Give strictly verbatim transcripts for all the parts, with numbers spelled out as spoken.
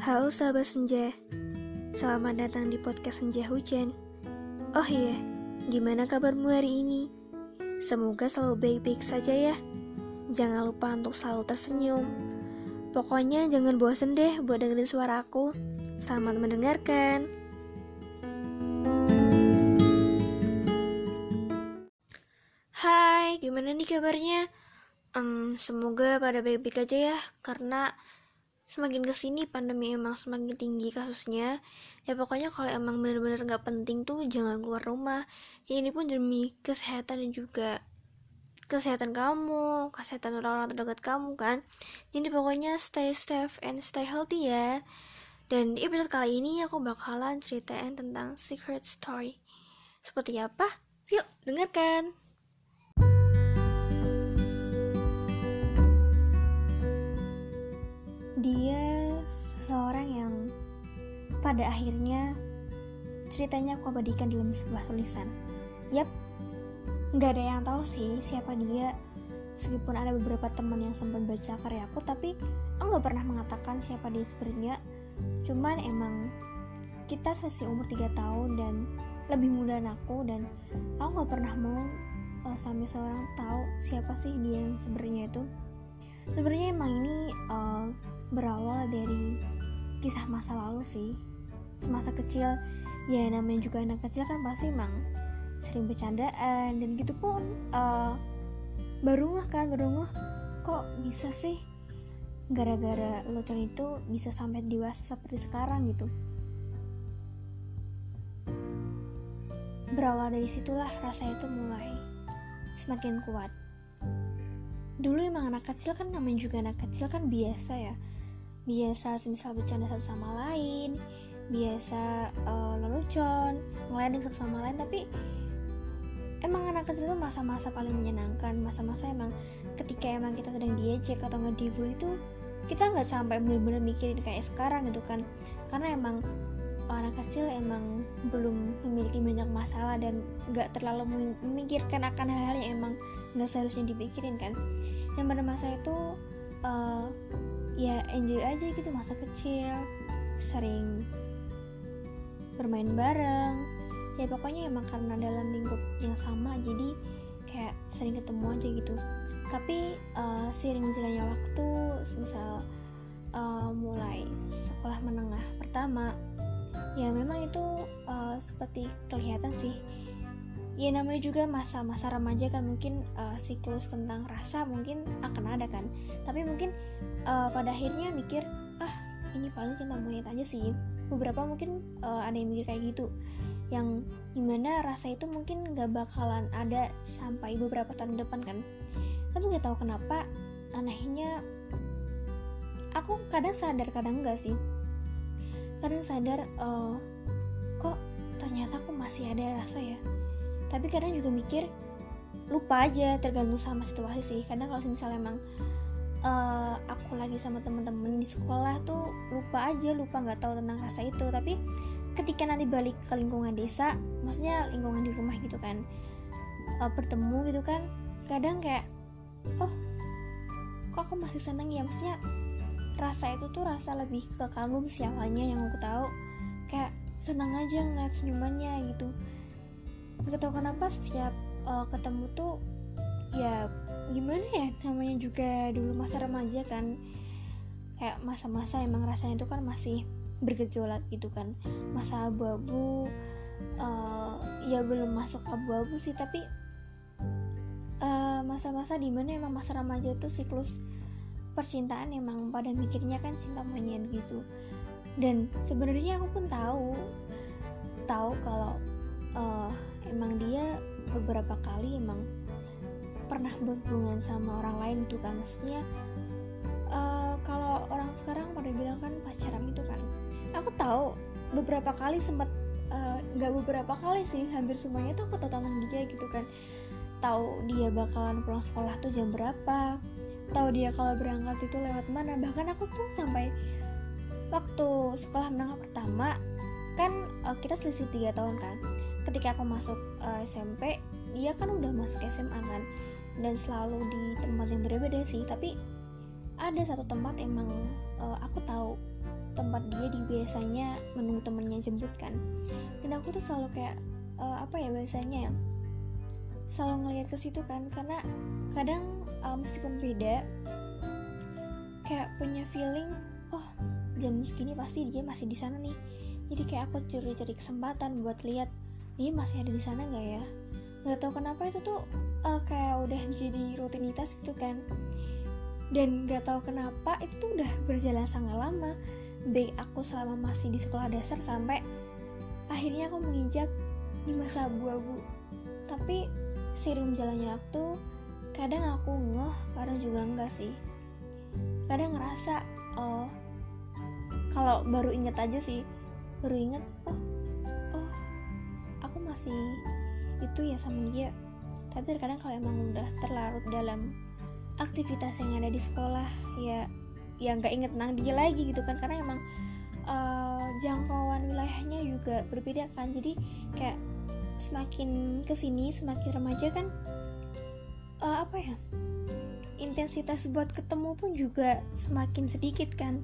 Halo sahabat senja, selamat datang di podcast Senja Hujan. Oh iya, gimana kabarmu hari ini? Semoga selalu baik-baik saja ya. Jangan lupa untuk selalu tersenyum. Pokoknya jangan bosan deh buat dengerin suara aku. Selamat mendengarkan. Hai, gimana nih kabarnya? Um, semoga pada baik-baik aja ya, karena semakin kesini pandemi emang semakin tinggi kasusnya. Ya pokoknya kalau emang benar-benar gak penting tuh jangan keluar rumah. Ya ini pun demi kesehatan dan juga kesehatan kamu, kesehatan orang-orang terdekat kamu kan. Jadi pokoknya stay safe and stay healthy ya. Dan di episode kali ini aku bakalan ceritain tentang secret story. Seperti apa? Yuk dengarkan. Dia seseorang yang pada akhirnya ceritanya aku abadikan dalam sebuah tulisan. Yap, gak ada yang tahu sih siapa dia. Meskipun ada beberapa teman yang sempat baca karyaku, tapi aku gak pernah mengatakan siapa dia sebenarnya. Cuman emang kita masih umur tiga tahun dan lebih muda dari aku, dan aku gak pernah mau uh, sampai seorang tahu siapa sih dia yang sebenarnya itu. Sebenarnya emang ini uh, berawal dari kisah masa lalu sih. Semasa kecil, ya namanya juga anak kecil kan pasti emang sering bercandaan, dan gitu pun uh, baru ngeh kan, baru ngeh kok bisa sih gara-gara lucuan itu bisa sampai dewasa seperti sekarang gitu. Berawal dari situlah rasa itu mulai semakin kuat. Dulu emang anak kecil kan, namanya juga anak kecil kan biasa ya, biasa misal bercanda satu sama lain, biasa uh, lelucon, ngeledek satu sama lain. Tapi emang anak kecil itu masa-masa paling menyenangkan, masa-masa emang ketika emang kita sedang diejek atau ngedibully itu kita nggak sampai benar-benar mikirin kayak sekarang gitu kan, karena emang anak kecil emang belum memiliki banyak masalah dan nggak terlalu memikirkan akan hal-hal yang emang nggak seharusnya dipikirin kan. Dan pada masa itu uh, ya enjoy aja gitu masa kecil, sering bermain bareng, ya pokoknya emang karena dalam lingkup yang sama jadi kayak sering ketemu aja gitu. Tapi uh, seiring berjalannya waktu, misal uh, mulai sekolah menengah pertama, ya memang itu uh, seperti kelihatan sih. Ya namanya juga masa-masa remaja kan, mungkin uh, siklus tentang rasa mungkin akan ada kan. Tapi mungkin uh, pada akhirnya mikir, ah ini paling cinta monyet aja sih. Beberapa mungkin uh, ada yang mikir kayak gitu, yang dimana rasa itu mungkin gak bakalan ada sampai beberapa tahun depan kan. Tapi gak tahu kenapa anehnya aku kadang sadar kadang enggak sih. Kadang sadar uh, kok ternyata aku masih ada rasa ya. Tapi kadang juga mikir lupa aja, tergantung sama situasi sih. Kadang kalau misalnya emang uh, aku lagi sama temen-temen di sekolah tuh lupa aja, lupa nggak tahu tentang rasa itu. Tapi ketika nanti balik ke lingkungan desa, maksudnya lingkungan di rumah gitu kan, uh, bertemu gitu kan, kadang kayak oh kok aku masih seneng ya. Maksudnya rasa itu tuh rasa lebih ke kagum sih awalnya, yang aku tahu kayak senang aja ngeliat senyumannya gitu. Gak tau kenapa setiap uh, ketemu tuh ya gimana ya, namanya juga dulu masa remaja kan, kayak masa-masa emang rasanya itu kan masih bergejolak gitu kan, masa abu-abu. Uh, ya belum masuk abu-abu sih, tapi uh, masa-masa dimana emang masa remaja itu siklus percintaan emang pada mikirnya kan cinta monyet gitu. Dan sebenarnya aku pun tahu tahu kalau uh, emang dia beberapa kali emang pernah berhubungan sama orang lain gitu kan. Maksudnya uh, kalau orang sekarang pada bilang kan pacaran gitu kan, aku tahu beberapa kali sempat uh, gak beberapa kali sih, hampir semuanya tuh aku tahu tentang dia gitu kan. Tahu dia bakalan pulang sekolah tuh jam berapa, tahu dia kalau berangkat itu lewat mana. Bahkan aku tuh sampai waktu sekolah menengah pertama kan, uh, kita selisih tiga tahun kan. Ketika aku masuk uh, S M P, dia kan udah masuk S M A kan, dan selalu di tempat yang berbeda sih. Tapi ada satu tempat emang uh, aku tahu tempat dia di biasanya menunggu temennya jemput kan. Dan aku tuh selalu kayak uh, apa ya bahasanya ya, selalu ngeliat ke situ kan, karena kadang uh, meskipun beda kayak punya feeling, oh jam segini pasti dia masih di sana nih. Jadi kayak aku curi-curi kesempatan buat lihat dia masih ada di sana nggak ya. Nggak tahu kenapa itu tuh uh, kayak udah jadi rutinitas gitu kan. Dan nggak tahu kenapa itu tuh udah berjalan sangat lama, baik aku selama masih di sekolah dasar sampai akhirnya aku menginjak di masa abu-abu. Tapi seiring berjalannya waktu, kadang aku ngeh, kadang juga enggak sih. Kadang ngerasa, oh kalau baru inget aja sih, baru inget, oh oh aku masih itu ya sama dia. Tapi kadang kalau emang udah terlarut dalam aktivitas yang ada di sekolah, ya ya nggak inget tentang dia lagi gitu kan, karena emang uh, jangkauan wilayahnya juga berbeda kan. Jadi kayak semakin kesini, semakin remaja kan, uh, apa ya, intensitas buat ketemu pun juga semakin sedikit kan.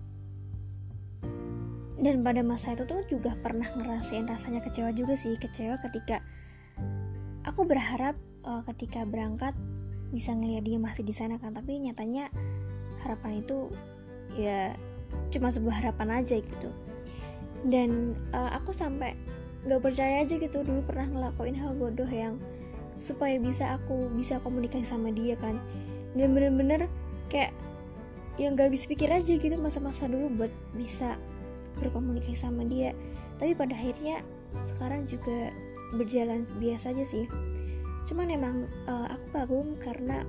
Dan pada masa itu tuh juga pernah ngerasain rasanya kecewa juga sih, kecewa ketika aku berharap uh, ketika berangkat bisa ngeliat dia masih di sana kan, tapi nyatanya harapan itu ya cuma sebuah harapan aja gitu. Dan uh, aku sampai nggak percaya aja gitu, dulu pernah ngelakuin hal bodoh yang supaya bisa aku bisa komunikasi sama dia kan. Dan bener-bener kayak yang nggak habis pikir aja gitu masa-masa dulu buat bisa berkomunikasi sama dia. Tapi pada akhirnya sekarang juga berjalan biasa aja sih. Cuman emang uh, aku kagum karena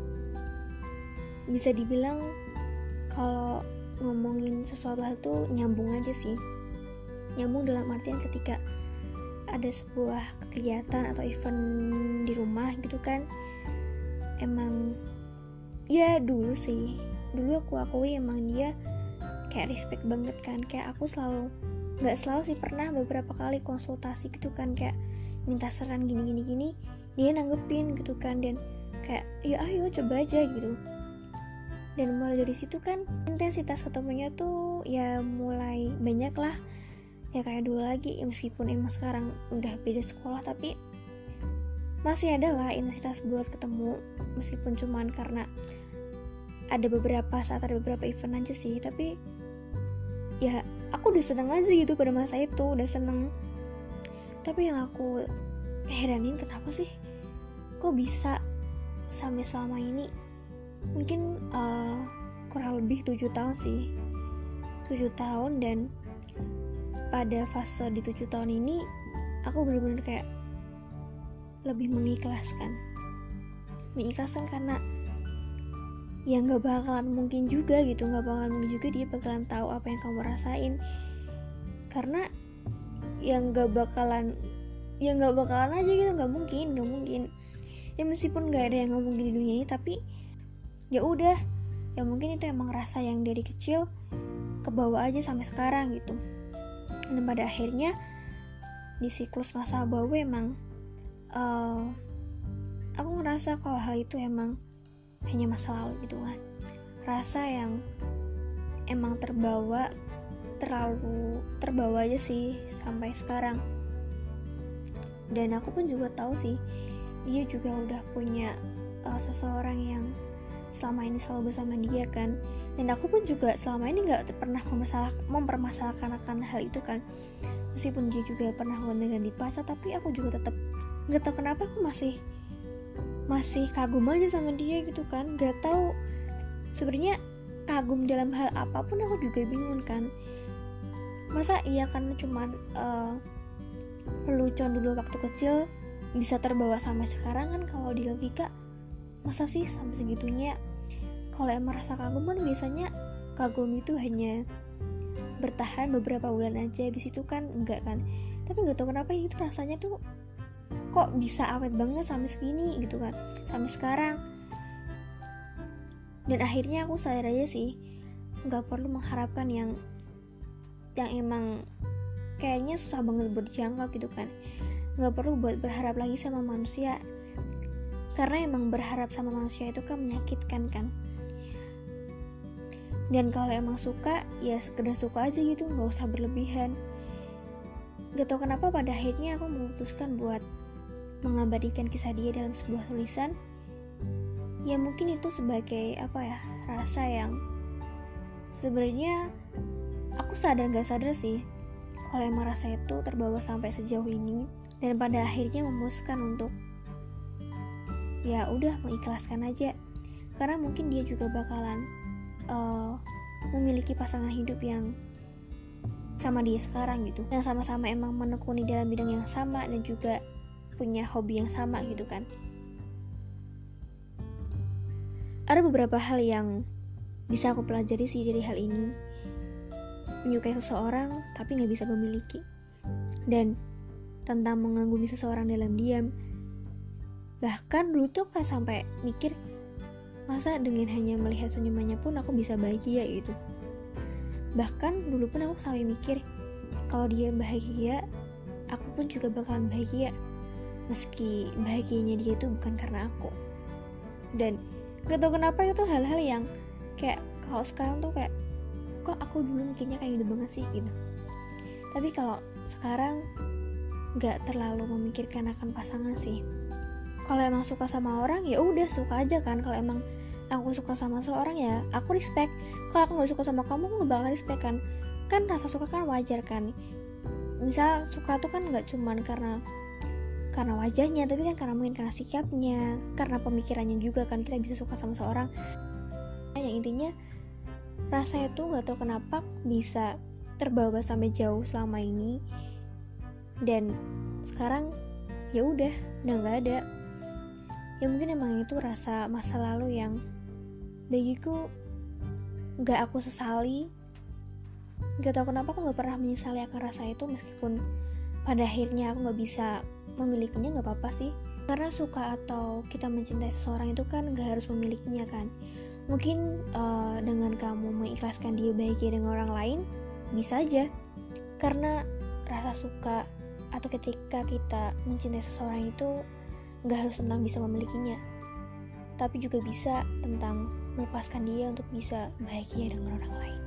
bisa dibilang kalau ngomongin sesuatu hal tuh nyambung aja sih. Nyambung dalam artian ketika ada sebuah kegiatan atau event di rumah gitu kan, emang ya dulu sih, dulu aku akui emang dia kayak respect banget kan. Kayak aku selalu, gak selalu sih, pernah beberapa kali konsultasi gitu kan, kayak minta saran gini-gini gini, dia nanggepin gitu kan, dan kayak ya ayo coba aja gitu. Dan mulai dari situ kan intensitas ketemunya tuh ya mulai banyak lah, ya kayak dulu lagi ya, meskipun emang sekarang udah beda sekolah tapi masih ada lah intensitas buat ketemu, meskipun cuman karena ada beberapa saat, ada beberapa event aja sih. Tapi ya aku udah seneng aja gitu pada masa itu, udah seneng. Tapi yang aku heranin, kenapa sih kok bisa sampai selama ini, mungkin uh, kurang lebih tujuh tahun sih, tujuh tahun. Dan pada fase di tujuh tahun ini aku benar-benar kayak lebih mengikhlaskan mengikhlaskan karena ya nggak bakalan mungkin juga gitu, nggak bakalan mungkin juga dia bakalan tahu apa yang kamu rasain, karena yang nggak bakalan ya nggak bakalan aja gitu, nggak mungkin nggak mungkin ya, meskipun nggak ada yang nggak mungkin di dunia ini, tapi ya udah, ya mungkin itu emang rasa yang dari kecil kebawa aja sampai sekarang gitu. Dan pada akhirnya di siklus masa abu emang uh, aku ngerasa kalau hal itu emang hanya masa lalu gitu kan, rasa yang emang terbawa terlalu terbawa aja sih sampai sekarang. Dan aku pun juga tahu sih dia juga udah punya uh, seseorang yang selama ini selalu bersama dia kan. Dan aku pun juga selama ini gak pernah mempermasalahkan akan hal itu kan, meskipun dia juga pernah ganti-ganti pacar, tapi aku juga tetap gak tahu kenapa aku masih masih kagum aja sama dia gitu kan. Gak tahu sebenarnya kagum dalam hal apapun, aku juga bingung kan. Masa iya kan cuman uh, lelucon dulu waktu kecil bisa terbawa sampai sekarang kan? Kalau di logika masa sih sampai segitunya. Kalau emang rasa kagum kan biasanya kagum itu hanya bertahan beberapa bulan aja, habis itu kan enggak kan. Tapi nggak tahu kenapa itu rasanya tuh kok bisa awet banget sampai segini gitu kan, sampai sekarang. Dan akhirnya aku sadar aja sih, nggak perlu mengharapkan yang yang emang kayaknya susah banget buat dijangkau gitu kan. Nggak perlu buat berharap lagi sama manusia, karena emang berharap sama manusia itu kan menyakitkan kan. Dan kalau emang suka, ya sekedar suka aja gitu, gak usah berlebihan. Gak tau kenapa pada akhirnya aku memutuskan buat mengabadikan kisah dia dalam sebuah tulisan. Ya mungkin itu sebagai apa ya, rasa yang sebenarnya aku sadar gak sadar sih kalau emang rasa itu terbawa sampai sejauh ini. Dan pada akhirnya memutuskan untuk ya udah mengikhlaskan aja, karena mungkin dia juga bakalan uh, memiliki pasangan hidup yang sama dia sekarang gitu, yang sama-sama emang menekuni dalam bidang yang sama dan juga punya hobi yang sama gitu kan. Ada beberapa hal yang bisa aku pelajari sih dari hal ini. Menyukai seseorang tapi gak bisa memiliki, dan tentang mengagumi seseorang dalam diam. Bahkan dulu tuh kayak sampai mikir, masa dengan hanya melihat senyumannya pun aku bisa bahagia gitu. Bahkan dulu pun aku sampai mikir, kalau dia bahagia, aku pun juga bakalan bahagia, meski bahagianya dia itu bukan karena aku. Dan gak tau kenapa itu hal-hal yang kayak kalau sekarang tuh kayak, kok aku dulu mikirnya kayak gitu banget sih gitu. Tapi kalau sekarang gak terlalu memikirkan akan pasangan sih. Kalau emang suka sama orang, ya udah suka aja kan. Kalau emang aku suka sama seorang, ya aku respect. Kalau aku nggak suka sama kamu, aku nggak bakal respect kan. Kan rasa suka kan wajar kan. Misal suka tuh kan nggak cuman karena karena wajahnya, tapi kan karena mungkin karena sikapnya, karena pemikirannya juga kan kita bisa suka sama seorang. Yang intinya rasa itu nggak tahu kenapa bisa terbawa sampai jauh selama ini. Dan sekarang ya udah udah nggak ada. Ya mungkin emang itu rasa masa lalu yang bagiku gak aku sesali. Gak tahu kenapa aku gak pernah menyesali akan rasa itu, meskipun pada akhirnya aku gak bisa memilikinya, gak apa-apa sih. Karena suka atau kita mencintai seseorang itu kan gak harus memilikinya kan. Mungkin uh, dengan kamu mengikhlaskan dia bahagia dengan orang lain, bisa aja. Karena rasa suka atau ketika kita mencintai seseorang itu gak harus tentang bisa memilikinya, tapi juga bisa tentang melepaskan dia untuk bisa bahagia dengan orang lain.